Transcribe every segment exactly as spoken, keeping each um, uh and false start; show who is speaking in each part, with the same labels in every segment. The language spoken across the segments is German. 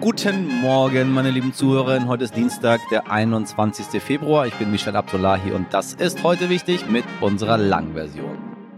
Speaker 1: Guten Morgen, meine lieben Zuhörerinnen. Heute ist Dienstag, der einundzwanzigster Februar. Ich bin Michel Abdullahi und das ist heute wichtig mit unserer Langversion.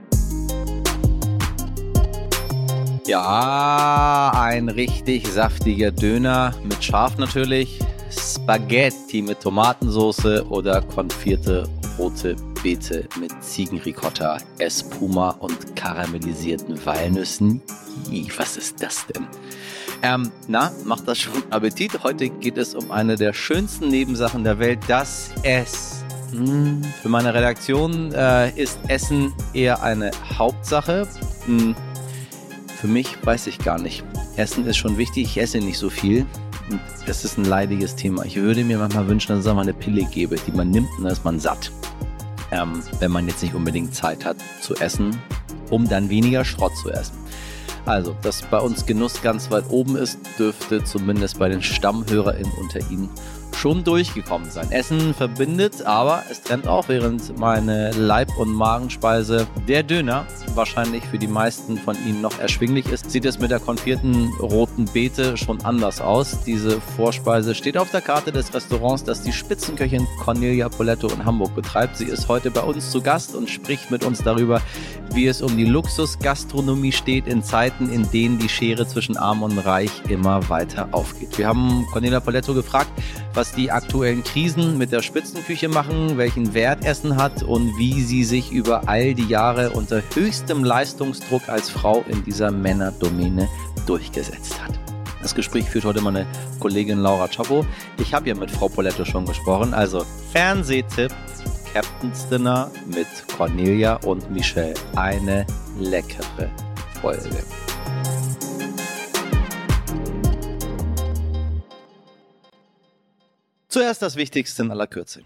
Speaker 1: Ja, ein richtig saftiger Döner mit Schaf natürlich, Spaghetti mit Tomatensauce oder konfierte rote Beete mit Ziegenricotta, Espuma und karamellisierten Walnüssen. Was ist das denn? Ähm, na, macht das schon Appetit? Heute geht es um eine der schönsten Nebensachen der Welt, das Essen. Für meine Redaktion äh, ist Essen eher eine Hauptsache. Hm. Für mich weiß ich gar nicht. Essen ist schon wichtig, ich esse nicht so viel. Und das ist ein leidiges Thema. Ich würde mir manchmal wünschen, dass es auch mal eine Pille gäbe, die man nimmt und dann ist man satt. Ähm, wenn man jetzt nicht unbedingt Zeit hat zu essen, um dann weniger Schrott zu essen. Also, dass bei uns Genuss ganz weit oben ist, dürfte zumindest bei den StammhörerInnen unter Ihnen schon durchgekommen sein. Essen verbindet, aber es trennt auch, während meine Leib- und Magenspeise, der Döner, wahrscheinlich für die meisten von Ihnen noch erschwinglich ist, sieht es mit der konfierten roten Beete schon anders aus. Diese Vorspeise steht auf der Karte des Restaurants, das die Spitzenköchin Cornelia Poletto in Hamburg betreibt. Sie ist heute bei uns zu Gast und spricht mit uns darüber, wie es um die Luxusgastronomie steht in Zeiten, in denen die Schere zwischen Arm und Reich immer weiter aufgeht. Wir haben Cornelia Poletto gefragt, was die aktuellen Krisen mit der Spitzenküche machen, welchen Wert Essen hat und wie sie sich über all die Jahre unter höchstem Leistungsdruck als Frau in dieser Männerdomäne durchgesetzt hat. Das Gespräch führt heute meine Kollegin Laura Czapo. Ich habe ja mit Frau Poletto schon gesprochen, also Fernsehtipp, Captain's Dinner mit Cornelia und Michel. Eine leckere Folge. Zuerst das Wichtigste in aller Kürze.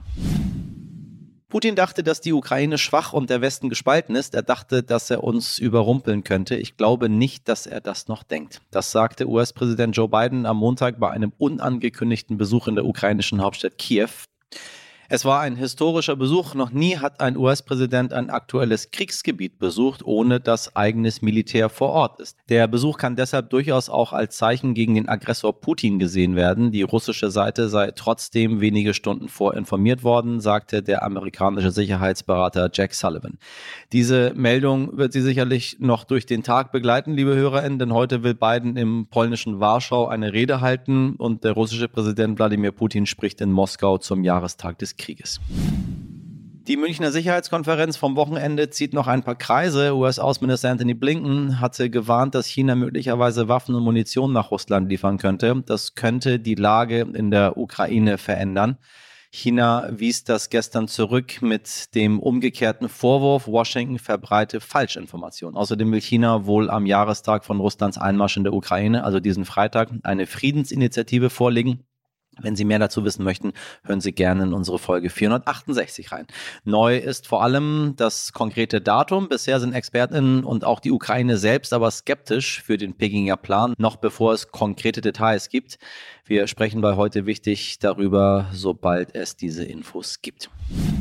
Speaker 1: Putin dachte, dass die Ukraine schwach und der Westen gespalten ist. Er dachte, dass er uns überrumpeln könnte. Ich glaube nicht, dass er das noch denkt. Das sagte U S-Präsident Joe Biden am Montag bei einem unangekündigten Besuch in der ukrainischen Hauptstadt Kiew. Es war ein historischer Besuch. Noch nie hat ein U S-Präsident ein aktuelles Kriegsgebiet besucht, ohne dass eigenes Militär vor Ort ist. Der Besuch kann deshalb durchaus auch als Zeichen gegen den Aggressor Putin gesehen werden. Die russische Seite sei trotzdem wenige Stunden vorinformiert worden, sagte der amerikanische Sicherheitsberater Jack Sullivan. Diese Meldung wird Sie sicherlich noch durch den Tag begleiten, liebe HörerInnen, denn heute will Biden im polnischen Warschau eine Rede halten und der russische Präsident Wladimir Putin spricht in Moskau zum Jahrestag des Krieges. Die Münchner Sicherheitskonferenz vom Wochenende zieht noch ein paar Kreise. U S-Außenminister Antony Blinken hatte gewarnt, dass China möglicherweise Waffen und Munition nach Russland liefern könnte. Das könnte die Lage in der Ukraine verändern. China wies das gestern zurück mit dem umgekehrten Vorwurf, Washington verbreite Falschinformationen. Außerdem will China wohl am Jahrestag von Russlands Einmarsch in der Ukraine, also diesen Freitag, eine Friedensinitiative vorlegen. Wenn Sie mehr dazu wissen möchten, hören Sie gerne in unsere Folge vierhundertachtundsechzig rein. Neu ist vor allem das konkrete Datum. Bisher sind ExpertInnen und auch die Ukraine selbst aber skeptisch für den Pekinger Plan, noch bevor es konkrete Details gibt. Wir sprechen bei Heute wichtig darüber, sobald es diese Infos gibt.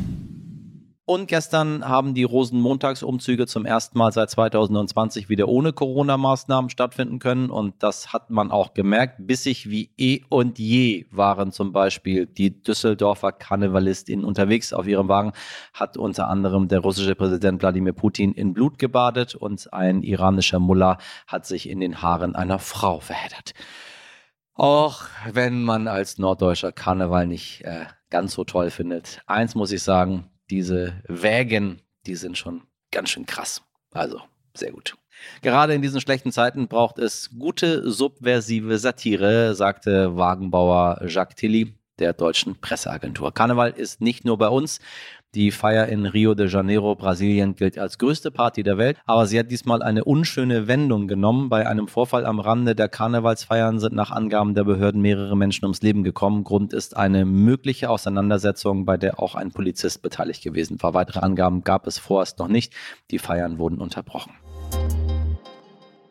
Speaker 1: Und gestern haben die Rosenmontagsumzüge zum ersten Mal seit zweitausendzwanzig wieder ohne Corona-Maßnahmen stattfinden können. Und das hat man auch gemerkt. Bissig wie eh und je waren zum Beispiel die Düsseldorfer KarnevalistInnen unterwegs. Auf ihrem Wagen hat unter anderem der russische Präsident Wladimir Putin in Blut gebadet und ein iranischer Mullah hat sich in den Haaren einer Frau verheddert. Auch wenn man als Norddeutscher Karneval nicht äh, ganz so toll findet. Eins muss ich sagen, diese Wägen, die sind schon ganz schön krass. Also, sehr gut. Gerade in diesen schlechten Zeiten braucht es gute, subversive Satire, sagte Wagenbauer Jacques Tilly der deutschen Presseagentur. Karneval ist nicht nur bei uns. Die Feier in Rio de Janeiro, Brasilien, gilt als größte Party der Welt. Aber sie hat diesmal eine unschöne Wendung genommen. Bei einem Vorfall am Rande der Karnevalsfeiern sind nach Angaben der Behörden mehrere Menschen ums Leben gekommen. Grund ist eine mögliche Auseinandersetzung, bei der auch ein Polizist beteiligt gewesen war. Weitere Angaben gab es vorerst noch nicht. Die Feiern wurden unterbrochen.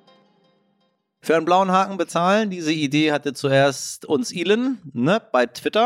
Speaker 1: Für einen blauen Haken bezahlen, diese Idee hatte zuerst uns Elon, ne, bei Twitter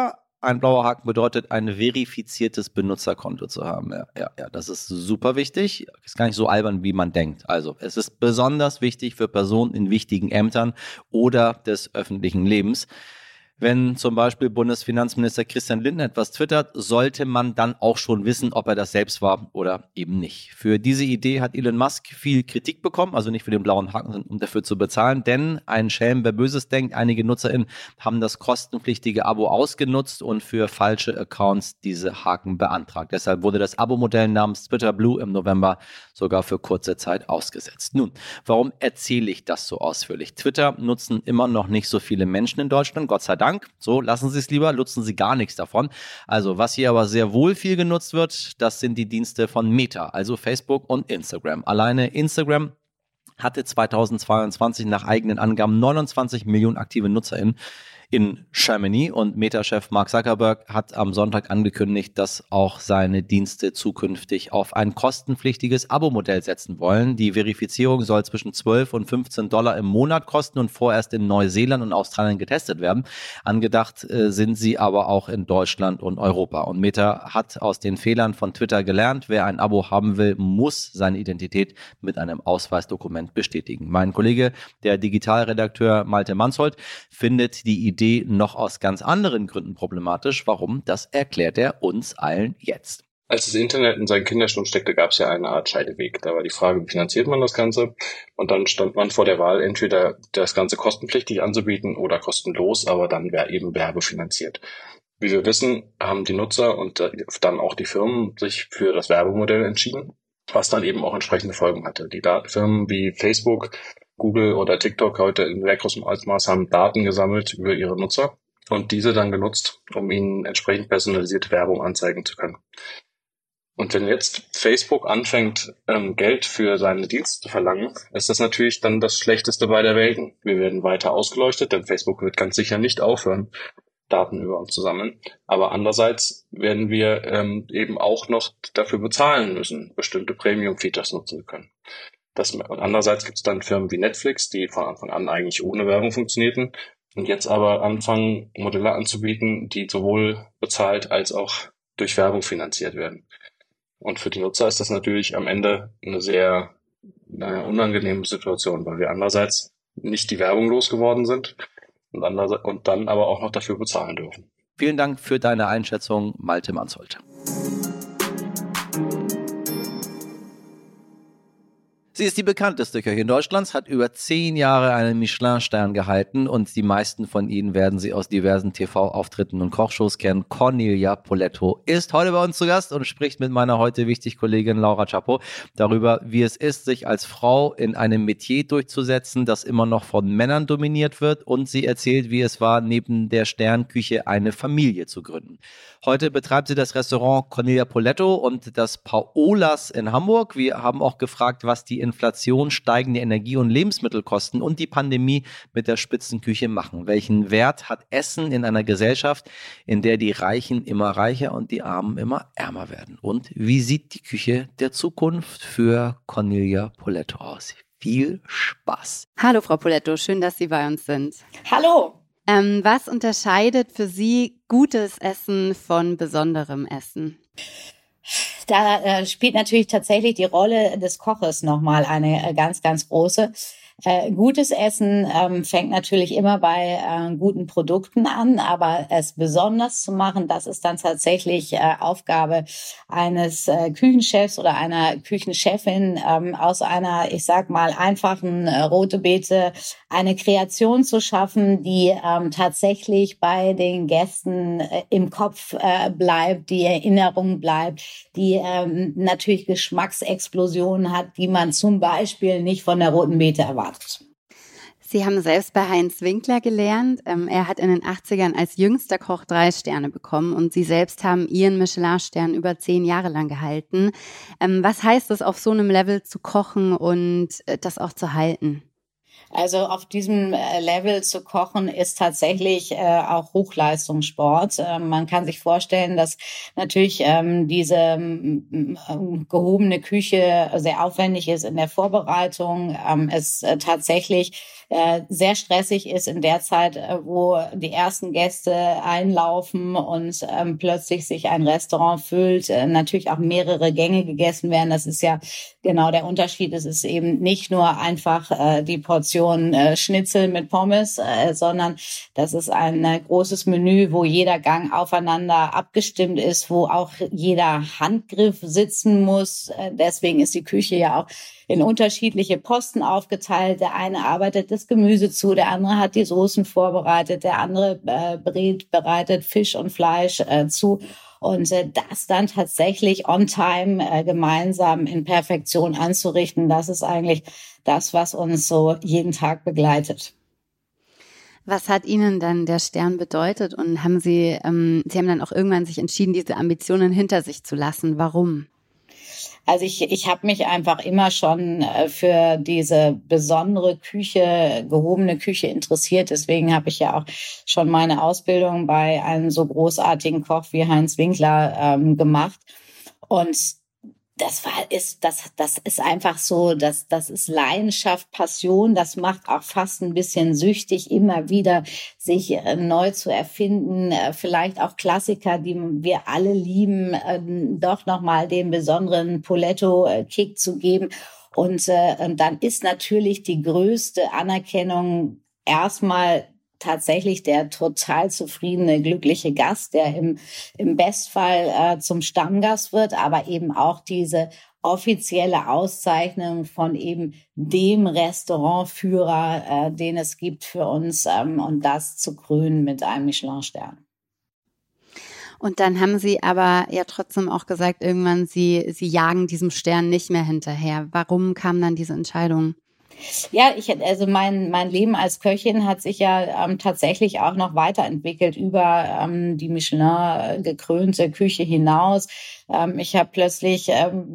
Speaker 1: ein blauer Haken bedeutet, ein verifiziertes Benutzerkonto zu haben. Ja, ja, ja, das ist super wichtig. Ist gar nicht so albern, wie man denkt. Also, es ist besonders wichtig für Personen in wichtigen Ämtern oder des öffentlichen Lebens. Wenn zum Beispiel Bundesfinanzminister Christian Lindner etwas twittert, sollte man dann auch schon wissen, ob er das selbst war oder eben nicht. Für diese Idee hat Elon Musk viel Kritik bekommen, also nicht für den blauen Haken, sondern um dafür zu bezahlen, denn ein Schelm, wer Böses denkt, einige NutzerInnen haben das kostenpflichtige Abo ausgenutzt und für falsche Accounts diese Haken beantragt. Deshalb wurde das Abo-Modell namens Twitter Blue im November sogar für kurze Zeit ausgesetzt. Nun, warum erzähle ich das so ausführlich? Twitter nutzen immer noch nicht so viele Menschen in Deutschland, Gott sei Dank. So, lassen Sie es lieber, nutzen Sie gar nichts davon. Also, was hier aber sehr wohl viel genutzt wird, das sind die Dienste von Meta, also Facebook und Instagram. Alleine Instagram hatte zweitausendzweiundzwanzig nach eigenen Angaben neunundzwanzig Millionen aktive NutzerInnen in Germany und Meta-Chef Mark Zuckerberg hat am Sonntag angekündigt, dass auch seine Dienste zukünftig auf ein kostenpflichtiges Abo-Modell setzen wollen. Die Verifizierung soll zwischen zwölf und fünfzehn Dollar im Monat kosten und vorerst in Neuseeland und Australien getestet werden. Angedacht äh, sind sie aber auch in Deutschland und Europa. Und Meta hat aus den Fehlern von Twitter gelernt. Wer ein Abo haben will, muss seine Identität mit einem Ausweisdokument bestätigen. Mein Kollege, der Digitalredakteur Malte Mansholt, findet die Idee noch aus ganz anderen Gründen problematisch. Warum? Das erklärt er uns allen jetzt.
Speaker 2: Als das Internet in seinen Kinderschuhen steckte, gab es ja eine Art Scheideweg. Da war die Frage, wie finanziert man das Ganze? Und dann stand man vor der Wahl, entweder das Ganze kostenpflichtig anzubieten oder kostenlos, aber dann wäre eben werbefinanziert. Wie wir wissen, haben die Nutzer und dann auch die Firmen sich für das Werbemodell entschieden, was dann eben auch entsprechende Folgen hatte. Die Firmen wie Facebook, Google oder TikTok heute in sehr großem Ausmaß haben Daten gesammelt über ihre Nutzer und diese dann genutzt, um ihnen entsprechend personalisierte Werbung anzeigen zu können. Und wenn jetzt Facebook anfängt, ähm, Geld für seine Dienste zu verlangen, ist das natürlich dann das Schlechteste beider Welten. Wir werden weiter ausgeleuchtet, denn Facebook wird ganz sicher nicht aufhören, Daten über uns zu sammeln. Aber andererseits werden wir ähm, eben auch noch dafür bezahlen müssen, bestimmte Premium-Features nutzen zu können. Das, und andererseits gibt es dann Firmen wie Netflix, die von Anfang an eigentlich ohne Werbung funktionierten und jetzt aber anfangen, Modelle anzubieten, die sowohl bezahlt als auch durch Werbung finanziert werden. Und für die Nutzer ist das natürlich am Ende eine sehr naja, unangenehme Situation, weil wir andererseits nicht die Werbung losgeworden sind und, andererseits, und dann aber auch noch dafür bezahlen dürfen.
Speaker 1: Vielen Dank für deine Einschätzung, Malte Mansholt. Sie ist die bekannteste Köchin Deutschlands, hat über zehn Jahre einen Michelin-Stern gehalten und die meisten von Ihnen werden sie aus diversen T V-Auftritten und Kochshows kennen. Cornelia Poletto ist heute bei uns zu Gast und spricht mit meiner heute wichtigen Kollegin Laura Chapo darüber, wie es ist, sich als Frau in einem Metier durchzusetzen, das immer noch von Männern dominiert wird, und sie erzählt, wie es war, neben der Sternküche eine Familie zu gründen. Heute betreibt sie das Restaurant Cornelia Poletto und das Paolas in Hamburg. Wir haben auch gefragt, was die Inflation, steigende Energie- und Lebensmittelkosten und die Pandemie mit der Spitzenküche machen. Welchen Wert hat Essen in einer Gesellschaft, in der die Reichen immer reicher und die Armen immer ärmer werden? Und wie sieht die Küche der Zukunft für Cornelia Poletto aus? Viel Spaß.
Speaker 3: Hallo Frau Poletto, schön, dass Sie bei uns sind.
Speaker 4: Hallo.
Speaker 3: Ähm, was unterscheidet für Sie gutes Essen von besonderem Essen?
Speaker 4: Da äh, spielt natürlich tatsächlich die Rolle des Koches nochmal eine äh, ganz, ganz große. Äh, gutes Essen ähm, fängt natürlich immer bei äh, guten Produkten an, aber es besonders zu machen, das ist dann tatsächlich äh, Aufgabe eines äh, Küchenchefs oder einer Küchenchefin, ähm, aus einer, ich sag mal, einfachen äh, rote Beete eine Kreation zu schaffen, die ähm, tatsächlich bei den Gästen äh, im Kopf äh, bleibt, die Erinnerung bleibt, die ähm, natürlich Geschmacksexplosionen hat, die man zum Beispiel nicht von der roten Beete erwartet.
Speaker 3: Sie haben selbst bei Heinz Winkler gelernt. Ähm, er hat in den achtzigern als jüngster Koch drei Sterne bekommen und Sie selbst haben Ihren Michelin-Stern über zehn Jahre lang gehalten. Ähm, was heißt es, auf so einem Level zu kochen und äh, das auch zu halten?
Speaker 4: Also auf diesem Level zu kochen ist tatsächlich äh, auch Hochleistungssport. Ähm, man kann sich vorstellen, dass natürlich ähm, diese ähm, gehobene Küche sehr aufwendig ist in der Vorbereitung. Ähm, es äh, tatsächlich äh, sehr stressig ist in der Zeit, äh, wo die ersten Gäste einlaufen und ähm, plötzlich sich ein Restaurant füllt. Äh, natürlich auch mehrere Gänge gegessen werden. Das ist ja genau der Unterschied. Es ist eben nicht nur einfach äh, die Portion äh, Schnitzel mit Pommes, äh, sondern das ist ein äh, großes Menü, wo jeder Gang aufeinander abgestimmt ist, wo auch jeder Handgriff sitzen muss. Äh, deswegen ist die Küche ja auch in unterschiedliche Posten aufgeteilt. Der eine arbeitet das Gemüse zu, der andere hat die Soßen vorbereitet, der andere äh, berät, bereitet Fisch und Fleisch äh, zu. Und äh, das dann tatsächlich on time äh, gemeinsam in Perfektion anzurichten, das ist eigentlich das, was uns so jeden Tag begleitet.
Speaker 3: Was hat Ihnen dann der Stern bedeutet? Und haben Sie, ähm, Sie haben dann auch irgendwann sich entschieden, diese Ambitionen hinter sich zu lassen. Warum?
Speaker 4: Also ich, ich habe mich einfach immer schon für diese besondere Küche, gehobene Küche interessiert. Deswegen habe ich ja auch schon meine Ausbildung bei einem so großartigen Koch wie Heinz Winkler ähm, gemacht. Und das war, ist, das, das ist einfach so, das, das ist Leidenschaft, Passion. Das macht auch fast ein bisschen süchtig, immer wieder sich äh, neu zu erfinden. Äh, vielleicht auch Klassiker, die wir alle lieben, äh, doch nochmal den besonderen Poletto-Kick zu geben. Und, äh, und dann ist natürlich die größte Anerkennung erstmal tatsächlich der total zufriedene, glückliche Gast, der im, im Bestfall äh, zum Stammgast wird, aber eben auch diese offizielle Auszeichnung von eben dem Restaurantführer, äh, den es gibt für uns, ähm, und das zu krönen mit einem Michelin-Stern.
Speaker 3: Und dann haben Sie aber ja trotzdem auch gesagt, irgendwann, Sie, Sie jagen diesem Stern nicht mehr hinterher. Warum kam dann diese Entscheidung?
Speaker 4: Ja, ich also mein mein Leben als Köchin hat sich ja ähm, tatsächlich auch noch weiterentwickelt über ähm, die Michelin gekrönte Küche hinaus. Ähm, ich habe plötzlich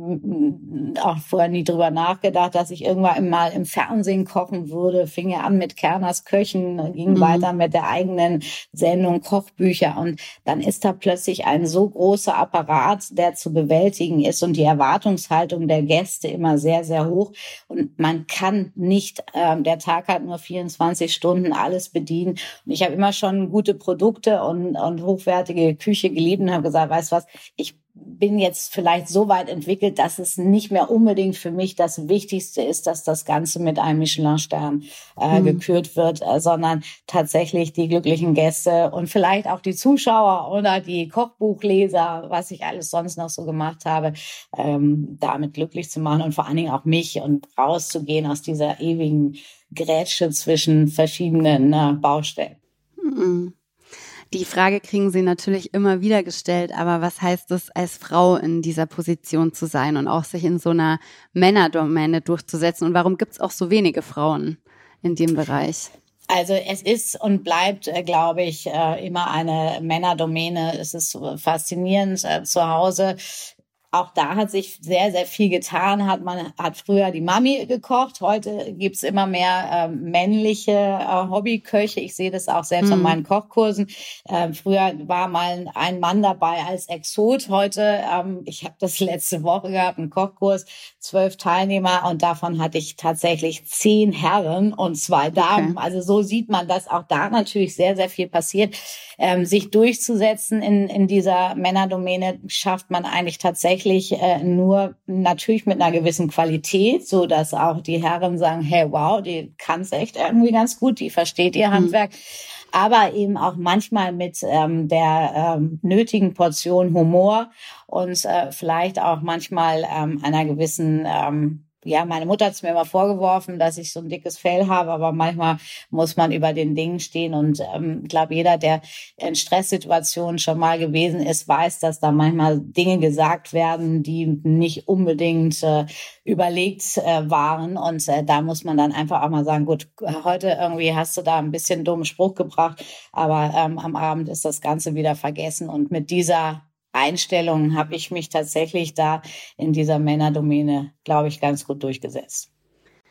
Speaker 4: ähm, auch vorher nie drüber nachgedacht, dass ich irgendwann mal im Fernsehen kochen würde. Fing ja an mit Kerners Köchen, ging mhm. weiter mit der eigenen Sendung Kochbücher und dann ist da plötzlich ein so großer Apparat, der zu bewältigen ist und die Erwartungshaltung der Gäste immer sehr, sehr hoch und man kann nicht, ähm, der Tag hat nur vierundzwanzig Stunden, alles bedienen. Und ich habe immer schon gute Produkte und, und hochwertige Küche geliebt und habe gesagt, weißt du was, ich bin jetzt vielleicht so weit entwickelt, dass es nicht mehr unbedingt für mich das Wichtigste ist, dass das Ganze mit einem Michelin-Stern äh, mhm. gekürt wird, äh, sondern tatsächlich die glücklichen Gäste und vielleicht auch die Zuschauer oder die Kochbuchleser, was ich alles sonst noch so gemacht habe, ähm, damit glücklich zu machen und vor allen Dingen auch mich und rauszugehen aus dieser ewigen Grätsche zwischen verschiedenen äh, Baustellen.
Speaker 3: Mhm. Die Frage kriegen Sie natürlich immer wieder gestellt, aber was heißt es, als Frau in dieser Position zu sein und auch sich in so einer Männerdomäne durchzusetzen? Und warum gibt es auch so wenige Frauen in dem Bereich?
Speaker 4: Also es ist und bleibt, äh, glaube ich, äh, immer eine Männerdomäne. Es ist faszinierend äh, zu Hause. Auch da hat sich sehr, sehr viel getan. Hat man hat früher die Mami gekocht. Heute gibt's immer mehr äh, männliche äh, Hobbyköche. Ich sehe das auch selbst mhm. an meinen Kochkursen. Äh, früher war mal ein Mann dabei als Exot. Heute, ähm, ich habe das letzte Woche gehabt, einen Kochkurs, zwölf Teilnehmer und davon hatte ich tatsächlich zehn Herren und zwei Damen. Okay. Also so sieht man, dass auch da natürlich sehr, sehr viel passiert. Ähm, sich durchzusetzen in, in dieser Männerdomäne schafft man eigentlich tatsächlich äh, nur natürlich mit einer gewissen Qualität, so dass auch die Herren sagen, hey, wow, die kann's echt irgendwie ganz gut, die versteht ihr Handwerk. Mhm. Aber eben auch manchmal mit ähm, der ähm, nötigen Portion Humor und äh, vielleicht auch manchmal ähm, einer gewissen ähm, ja, meine Mutter hat es mir immer vorgeworfen, dass ich so ein dickes Fell habe, aber manchmal muss man über den Dingen stehen und ähm, ich glaube, jeder, der in Stresssituationen schon mal gewesen ist, weiß, dass da manchmal Dinge gesagt werden, die nicht unbedingt äh, überlegt äh, waren und äh, da muss man dann einfach auch mal sagen, gut, heute irgendwie hast du da ein bisschen dummen Spruch gebracht, aber ähm, am Abend ist das Ganze wieder vergessen und mit dieser Einstellungen habe ich mich tatsächlich da in dieser Männerdomäne, glaube ich, ganz gut durchgesetzt.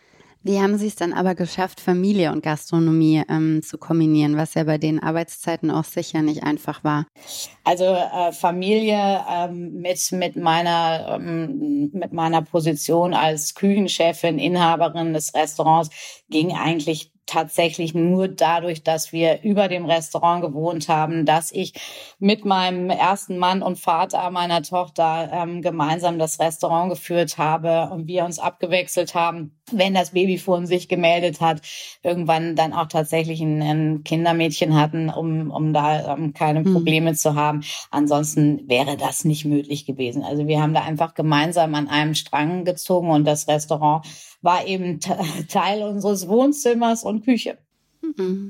Speaker 3: Wie haben Sie es dann aber geschafft, Familie und Gastronomie ähm, zu kombinieren, was ja bei den Arbeitszeiten auch sicher nicht einfach war?
Speaker 4: Also äh, Familie ähm, mit mit meiner ähm, mit meiner Position als Küchenchefin, Inhaberin des Restaurants ging eigentlich tatsächlich nur dadurch, dass wir über dem Restaurant gewohnt haben, dass ich mit meinem ersten Mann und Vater meiner Tochter ähm, gemeinsam das Restaurant geführt habe und wir uns abgewechselt haben, wenn das Babyfon sich gemeldet hat, irgendwann dann auch tatsächlich ein, ein Kindermädchen hatten, um um da um keine Probleme mhm. zu haben. Ansonsten wäre das nicht möglich gewesen. Also wir haben da einfach gemeinsam an einem Strang gezogen und das Restaurant war eben t- Teil unseres Wohnzimmers und Küche.
Speaker 3: Mhm.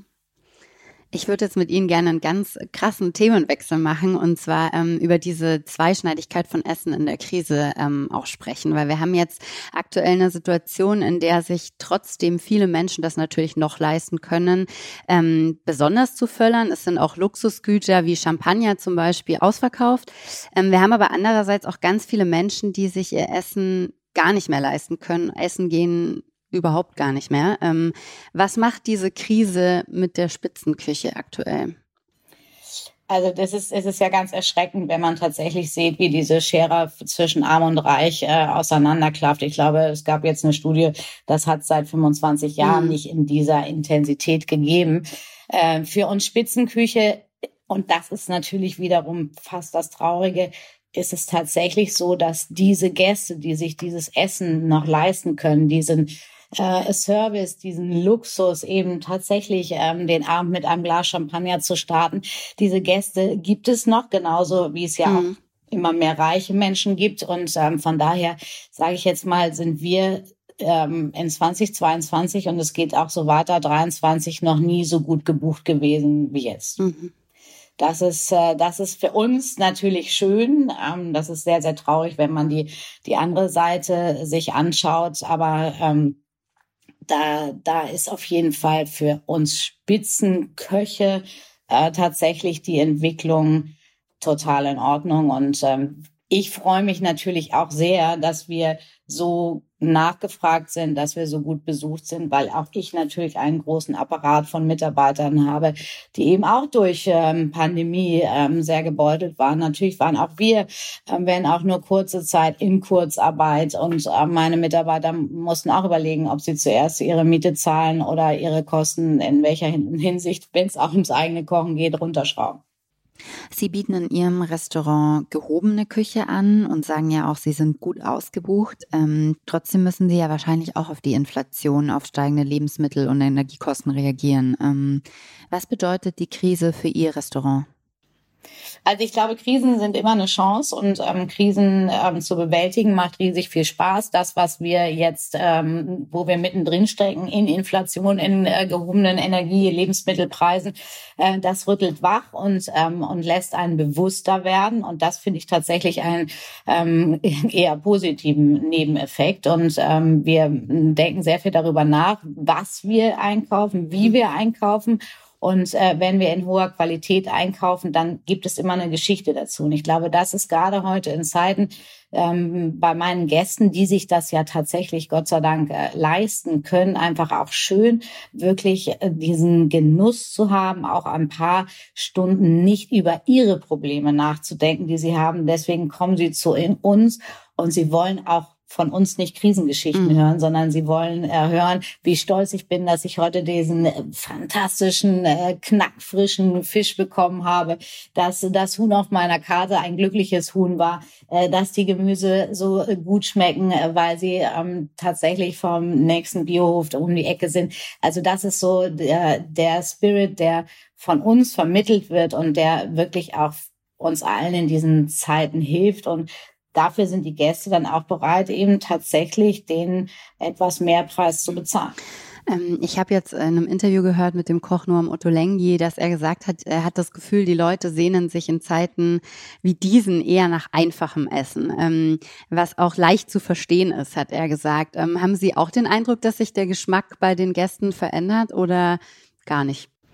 Speaker 3: Ich würde jetzt mit Ihnen gerne einen ganz krassen Themenwechsel machen und zwar ähm, über diese Zweischneidigkeit von Essen in der Krise ähm, auch sprechen, weil wir haben jetzt aktuell eine Situation, in der sich trotzdem viele Menschen das natürlich noch leisten können, ähm, besonders zu fördern. Es sind auch Luxusgüter wie Champagner zum Beispiel ausverkauft. Ähm, wir haben aber andererseits auch ganz viele Menschen, die sich ihr Essen gar nicht mehr leisten können. Essen gehen überhaupt gar nicht mehr. Ähm, was macht diese Krise mit der Spitzenküche aktuell?
Speaker 4: Also das ist, es ist ja ganz erschreckend, wenn man tatsächlich sieht, wie diese Schere zwischen Arm und Reich äh, auseinanderklafft. Ich glaube, es gab jetzt eine Studie, das hat es seit fünfundzwanzig Jahren mhm. nicht in dieser Intensität gegeben. Äh, für uns Spitzenküche, und das ist natürlich wiederum fast das Traurige, ist es tatsächlich so, dass diese Gäste, die sich dieses Essen noch leisten können, diesen äh, Service, diesen Luxus, eben tatsächlich ähm, den Abend mit einem Glas Champagner zu starten, diese Gäste gibt es noch, genauso wie es ja mhm. auch immer mehr reiche Menschen gibt. Und ähm, von daher, sage ich jetzt mal, sind wir ähm, in zweitausendzweiundzwanzig, und es geht auch so weiter, dreiundzwanzig, noch nie so gut gebucht gewesen wie jetzt. Mhm. Das ist, äh, das ist für uns natürlich schön. Ähm, das ist sehr, sehr traurig, wenn man die, die andere Seite sich anschaut. Aber ähm, da, da ist auf jeden Fall für uns Spitzenköche äh, tatsächlich die Entwicklung total in Ordnung. Und ähm, ich freue mich natürlich auch sehr, dass wir so nachgefragt sind, dass wir so gut besucht sind, weil auch ich natürlich einen großen Apparat von Mitarbeitern habe, die eben auch durch ähm, Pandemie ähm, sehr gebeutelt waren. Natürlich waren auch wir, ähm, wenn auch nur kurze Zeit, in Kurzarbeit, und äh, meine Mitarbeiter mussten auch überlegen, ob sie zuerst ihre Miete zahlen oder ihre Kosten in welcher Hinsicht, wenn es auch ums eigene Kochen geht, runterschrauben.
Speaker 3: Sie bieten in Ihrem Restaurant gehobene Küche an und sagen ja auch, Sie sind gut ausgebucht. Ähm, trotzdem müssen Sie ja wahrscheinlich auch auf die Inflation, auf steigende Lebensmittel und Energiekosten reagieren. Ähm, was bedeutet die Krise für Ihr Restaurant?
Speaker 4: Also ich glaube, Krisen sind immer eine Chance, und ähm, Krisen ähm, zu bewältigen macht riesig viel Spaß. Das, was wir jetzt, ähm, wo wir mittendrin stecken, in Inflation, in äh, gehobenen Energie-, Lebensmittelpreisen, äh, das rüttelt wach und ähm, und lässt einen bewusster werden. Und das finde ich tatsächlich einen ähm, eher positiven Nebeneffekt. Und ähm, wir denken sehr viel darüber nach, was wir einkaufen, wie wir einkaufen. Und äh, wenn wir in hoher Qualität einkaufen, dann gibt es immer eine Geschichte dazu. Und ich glaube, das ist gerade heute in Zeiten ähm, bei meinen Gästen, die sich das ja tatsächlich, Gott sei Dank, äh, leisten können, einfach auch schön, wirklich äh, diesen Genuss zu haben, auch ein paar Stunden nicht über ihre Probleme nachzudenken, die sie haben. Deswegen kommen sie zu in uns, und sie wollen auch von uns nicht Krisengeschichten mhm. hören, sondern sie wollen äh, hören, wie stolz ich bin, dass ich heute diesen äh, fantastischen, äh, knackfrischen Fisch bekommen habe, dass das Huhn auf meiner Karte ein glückliches Huhn war, äh, dass die Gemüse so äh, gut schmecken, äh, weil sie ähm, tatsächlich vom nächsten Biohof um die Ecke sind. Also das ist so der, der Spirit, der von uns vermittelt wird und der wirklich auch uns allen in diesen Zeiten hilft. Und dafür sind die Gäste dann auch bereit, eben tatsächlich den etwas mehr Preis zu bezahlen.
Speaker 3: Ähm, ich habe jetzt in einem Interview gehört mit dem Koch Noam Ottolenghi, dass er gesagt hat, er hat das Gefühl, die Leute sehnen sich in Zeiten wie diesen eher nach einfachem Essen, ähm, was auch leicht zu verstehen ist, hat er gesagt. Ähm, haben Sie auch den Eindruck, dass sich der Geschmack bei den Gästen verändert oder gar nicht?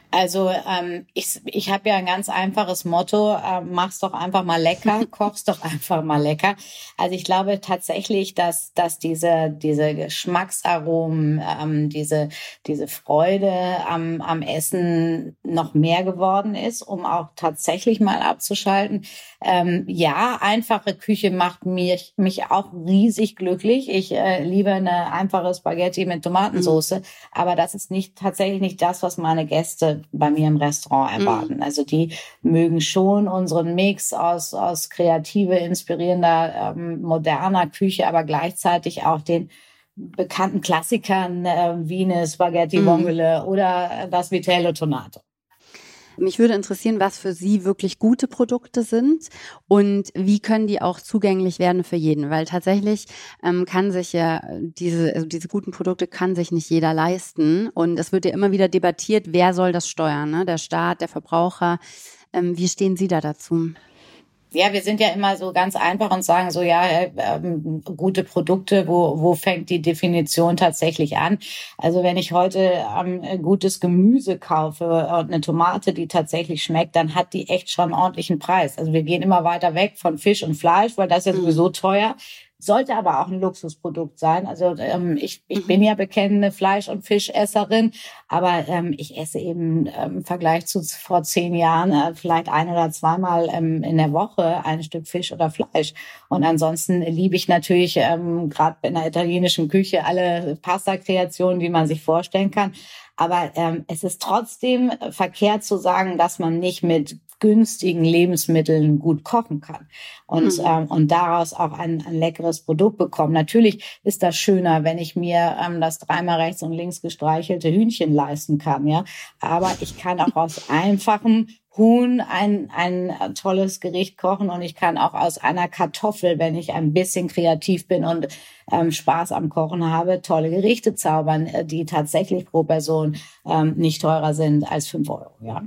Speaker 4: Also ähm, ich, ich habe ja ein ganz einfaches Motto, äh, mach's doch einfach mal lecker, koch's doch einfach mal lecker. Also ich glaube tatsächlich, dass dass diese diese Geschmacksaromen, ähm, diese diese Freude am am Essen noch mehr geworden ist, um auch tatsächlich mal abzuschalten. Ähm, ja, einfache Küche macht mich mich auch riesig glücklich. Ich äh, liebe eine einfache Spaghetti mit Tomatensauce, mhm. aber das ist nicht tatsächlich nicht das, was meine Gäste bei mir im Restaurant erwarten. Mhm. Also die mögen schon unseren Mix aus aus kreative, inspirierender, ähm, moderner Küche, aber gleichzeitig auch den bekannten Klassikern äh, wie eine Spaghetti Vongole mhm. oder das Vitello Tonato.
Speaker 3: Mich würde interessieren, was für Sie wirklich gute Produkte sind und wie können die auch zugänglich werden für jeden, weil tatsächlich ähm, kann sich ja diese, also diese guten Produkte kann sich nicht jeder leisten und es wird ja immer wieder debattiert, wer soll das steuern, ne? Der Staat, der Verbraucher. Ähm, wie stehen Sie da dazu?
Speaker 4: Ja, wir sind ja immer so ganz einfach und sagen so, ja, ähm, gute Produkte, wo wo fängt die Definition tatsächlich an? Also wenn ich heute ähm, gutes Gemüse kaufe und eine Tomate, die tatsächlich schmeckt, dann hat die echt schon einen ordentlichen Preis. Also wir gehen immer weiter weg von Fisch und Fleisch, weil das ist ja sowieso teuer. Sollte aber auch ein Luxusprodukt sein. Also ähm, ich, ich bin ja bekennende Fleisch- und Fischesserin, aber ähm, ich esse eben ähm, im Vergleich zu vor zehn Jahren äh, vielleicht ein- oder zweimal ähm, in der Woche ein Stück Fisch oder Fleisch. Und ansonsten liebe ich natürlich ähm, gerade in der italienischen Küche alle Pasta-Kreationen, die man sich vorstellen kann. Aber ähm, es ist trotzdem verkehrt zu sagen, dass man nicht mit günstigen Lebensmitteln gut kochen kann und mhm. ähm, und daraus auch ein, ein leckeres Produkt bekommen. Natürlich ist das schöner, wenn ich mir ähm, das dreimal rechts und links gestreichelte Hühnchen leisten kann, ja. Aber ich kann auch aus einfachem Huhn ein ein tolles Gericht kochen und ich kann auch aus einer Kartoffel, wenn ich ein bisschen kreativ bin und ähm, Spaß am Kochen habe, tolle Gerichte zaubern, die tatsächlich pro Person ähm, nicht teurer sind als fünf Euro, ja.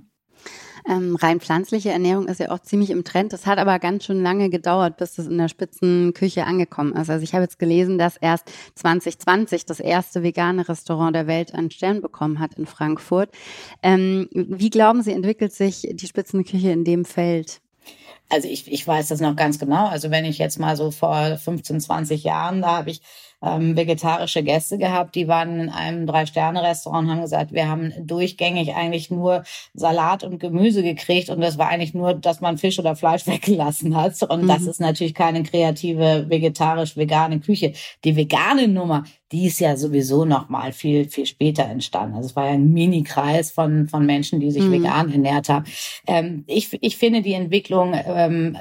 Speaker 3: Ähm, rein pflanzliche Ernährung ist ja auch ziemlich im Trend. Das hat aber ganz schön lange gedauert, bis das in der Spitzenküche angekommen ist. Also ich habe jetzt gelesen, dass erst zwanzig zwanzig das erste vegane Restaurant der Welt einen Stern bekommen hat in Frankfurt. Ähm, wie glauben Sie, entwickelt sich die Spitzenküche in dem Feld?
Speaker 4: Also ich, ich weiß das noch ganz genau. Also wenn ich jetzt mal so vor fünfzehn, zwanzig Jahren, da habe ich ähm, vegetarische Gäste gehabt, die waren in einem Drei-Sterne-Restaurant und haben gesagt, wir haben durchgängig eigentlich nur Salat und Gemüse gekriegt und das war eigentlich nur, dass man Fisch oder Fleisch weggelassen hat. Und mhm. das ist natürlich keine kreative vegetarisch-vegane Küche. Die vegane Nummer, die ist ja sowieso noch mal viel, viel später entstanden. Also es war ja ein Mini-Kreis von, von Menschen, die sich mhm. vegan ernährt haben. Ähm, ich, ich finde die Entwicklung ähm,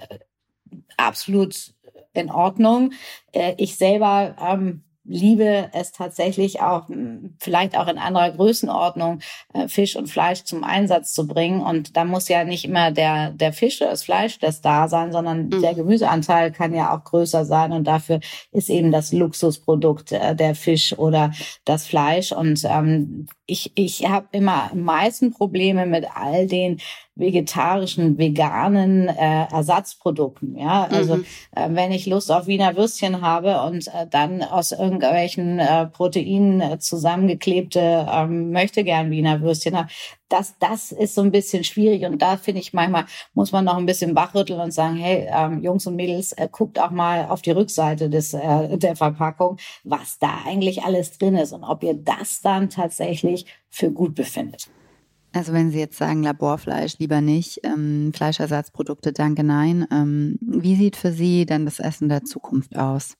Speaker 4: absolut in Ordnung. Äh, ich selber ähm, liebe es tatsächlich auch, vielleicht auch in anderer Größenordnung, äh, Fisch und Fleisch zum Einsatz zu bringen. Und da muss ja nicht immer der, der Fisch, das Fleisch, das da sein, sondern mhm. der Gemüseanteil kann ja auch größer sein. Und dafür ist eben das Luxusprodukt äh, der Fisch oder das Fleisch. Und ähm, ich, ich habe immer am meisten Probleme mit all den vegetarischen, veganen äh, Ersatzprodukten. Ja, also mhm. äh, wenn ich Lust auf Wiener Würstchen habe und äh, dann aus irgendwelchen äh, Proteinen äh, zusammengeklebte ähm, möchte gern Wiener Würstchen habe, das das ist so ein bisschen schwierig und da finde ich manchmal muss man noch ein bisschen wachrütteln und sagen, hey ähm, Jungs und Mädels, äh, guckt auch mal auf die Rückseite des äh, der Verpackung, was da eigentlich alles drin ist und ob ihr das dann tatsächlich für gut befindet.
Speaker 3: Also wenn Sie jetzt sagen, Laborfleisch lieber nicht, ähm, Fleischersatzprodukte danke nein, ähm, wie sieht für Sie dann das Essen der Zukunft aus?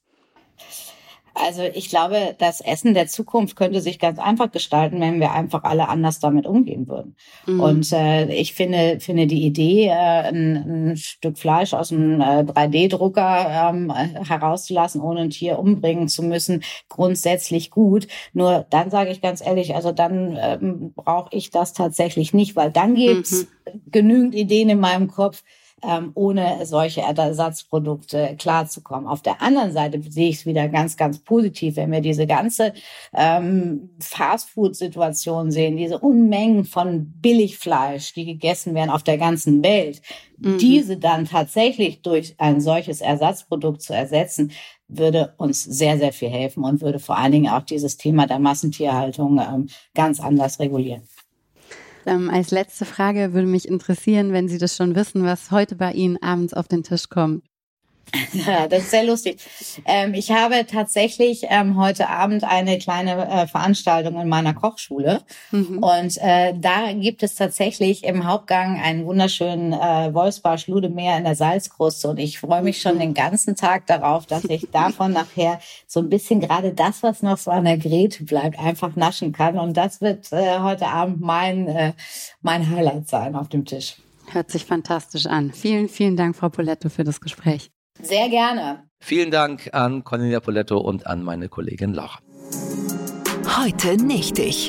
Speaker 4: Also ich glaube, das Essen der Zukunft könnte sich ganz einfach gestalten, wenn wir einfach alle anders damit umgehen würden. Mhm. Und äh, ich finde finde die Idee, äh, ein, ein Stück Fleisch aus einem äh, drei D Drucker ähm, herauszulassen, ohne ein Tier umbringen zu müssen, grundsätzlich gut. Nur dann sage ich ganz ehrlich, also dann ähm, brauche ich das tatsächlich nicht, weil dann gibt's mhm. genügend Ideen in meinem Kopf, Ähm, ohne solche Ersatzprodukte klarzukommen. Auf der anderen Seite sehe ich es wieder ganz, ganz positiv, wenn wir diese ganze ähm, Fastfood-Situation sehen, diese Unmengen von Billigfleisch, die gegessen werden auf der ganzen Welt, mhm. diese dann tatsächlich durch ein solches Ersatzprodukt zu ersetzen, würde uns sehr, sehr viel helfen und würde vor allen Dingen auch dieses Thema der Massentierhaltung ähm, ganz anders regulieren.
Speaker 3: Ähm, als letzte Frage würde mich interessieren, wenn Sie das schon wissen, was heute bei Ihnen abends auf den Tisch kommt.
Speaker 4: Ja, das ist sehr lustig. Ähm, ich habe tatsächlich ähm, heute Abend eine kleine äh, Veranstaltung in meiner Kochschule. Mhm. Und äh, da gibt es tatsächlich im Hauptgang einen wunderschönen äh, Wolfsbarsch Ludemeer in der Salzkruste. Und ich freue mich schon den ganzen Tag darauf, dass ich davon nachher so ein bisschen gerade das, was noch so an der Grete bleibt, einfach naschen kann. Und das wird äh, heute Abend mein, äh, mein Highlight sein auf dem Tisch.
Speaker 3: Hört sich fantastisch an. Vielen, vielen Dank, Frau Poletto, für das Gespräch.
Speaker 4: Sehr gerne.
Speaker 1: Vielen Dank an Cornelia Poletto und an meine Kollegin Laura.
Speaker 5: Heute nicht ich.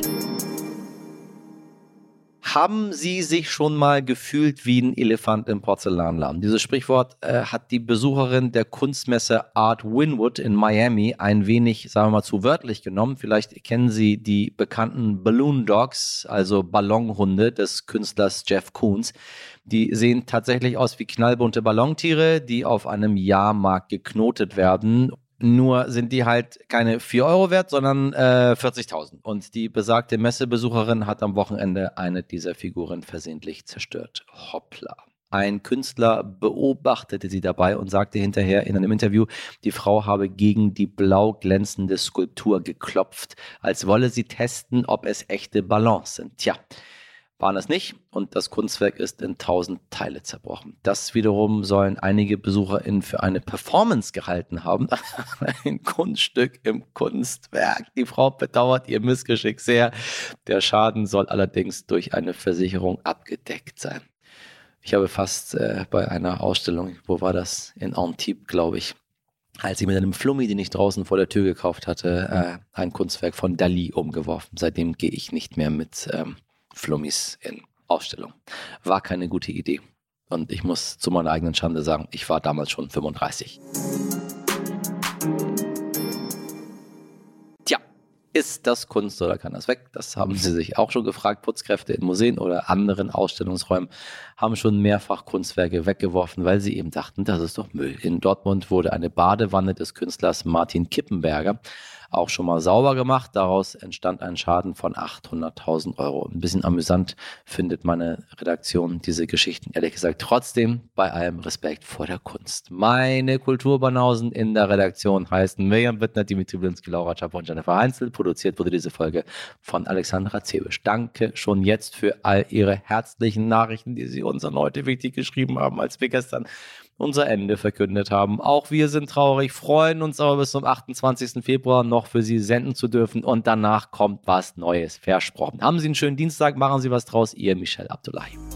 Speaker 1: Haben Sie sich schon mal gefühlt wie ein Elefant im Porzellanladen? Dieses Sprichwort äh, hat die Besucherin der Kunstmesse Art Winwood in Miami ein wenig, sagen wir mal, zu wörtlich genommen. Vielleicht kennen Sie die bekannten Balloon Dogs, also Ballonhunde des Künstlers Jeff Koons. Die sehen tatsächlich aus wie knallbunte Ballontiere, die auf einem Jahrmarkt geknotet werden. Nur sind die halt keine vier Euro wert, sondern äh, vierzigtausend. Und die besagte Messebesucherin hat am Wochenende eine dieser Figuren versehentlich zerstört. Hoppla. Ein Künstler beobachtete sie dabei und sagte hinterher in einem Interview, die Frau habe gegen die blau glänzende Skulptur geklopft, als wolle sie testen, ob es echte Ballons sind. Tja, waren es nicht und das Kunstwerk ist in tausend Teile zerbrochen. Das wiederum sollen einige BesucherInnen für eine Performance gehalten haben. Ein Kunststück im Kunstwerk. Die Frau bedauert ihr Missgeschick sehr. Der Schaden soll allerdings durch eine Versicherung abgedeckt sein. Ich habe fast äh, bei einer Ausstellung, wo war das? In Antibes, glaube ich, als ich mit einem Flummi, den ich draußen vor der Tür gekauft hatte, äh, ein Kunstwerk von Dali umgeworfen. Seitdem gehe ich nicht mehr mit ähm, Flummis in Ausstellung. War keine gute Idee. Und ich muss zu meiner eigenen Schande sagen, ich war damals schon fünfunddreißig. Tja, ist das Kunst oder kann das weg? Das haben Sie sich auch schon gefragt. Putzkräfte in Museen oder anderen Ausstellungsräumen haben schon mehrfach Kunstwerke weggeworfen, weil sie eben dachten, das ist doch Müll. In Dortmund wurde eine Badewanne des Künstlers Martin Kippenberger auch schon mal sauber gemacht. Daraus entstand ein Schaden von achthunderttausend Euro. Ein bisschen amüsant findet meine Redaktion diese Geschichten, ehrlich gesagt. Trotzdem bei allem Respekt vor der Kunst. Meine Kulturbanausen in der Redaktion heißen Mirjam Wittner, Dimitri Blinski, Laura Czappo und Jennifer Heinzel. Produziert wurde diese Folge von Alexandra Zebisch. Danke schon jetzt für all Ihre herzlichen Nachrichten, die Sie uns an heute wichtig geschrieben haben, als wir gestern unser Ende verkündet haben. Auch wir sind traurig, freuen uns aber bis zum achtundzwanzigsten Februar noch für Sie senden zu dürfen und danach kommt was Neues, versprochen. Haben Sie einen schönen Dienstag, machen Sie was draus. Ihr Michel Abdullahi.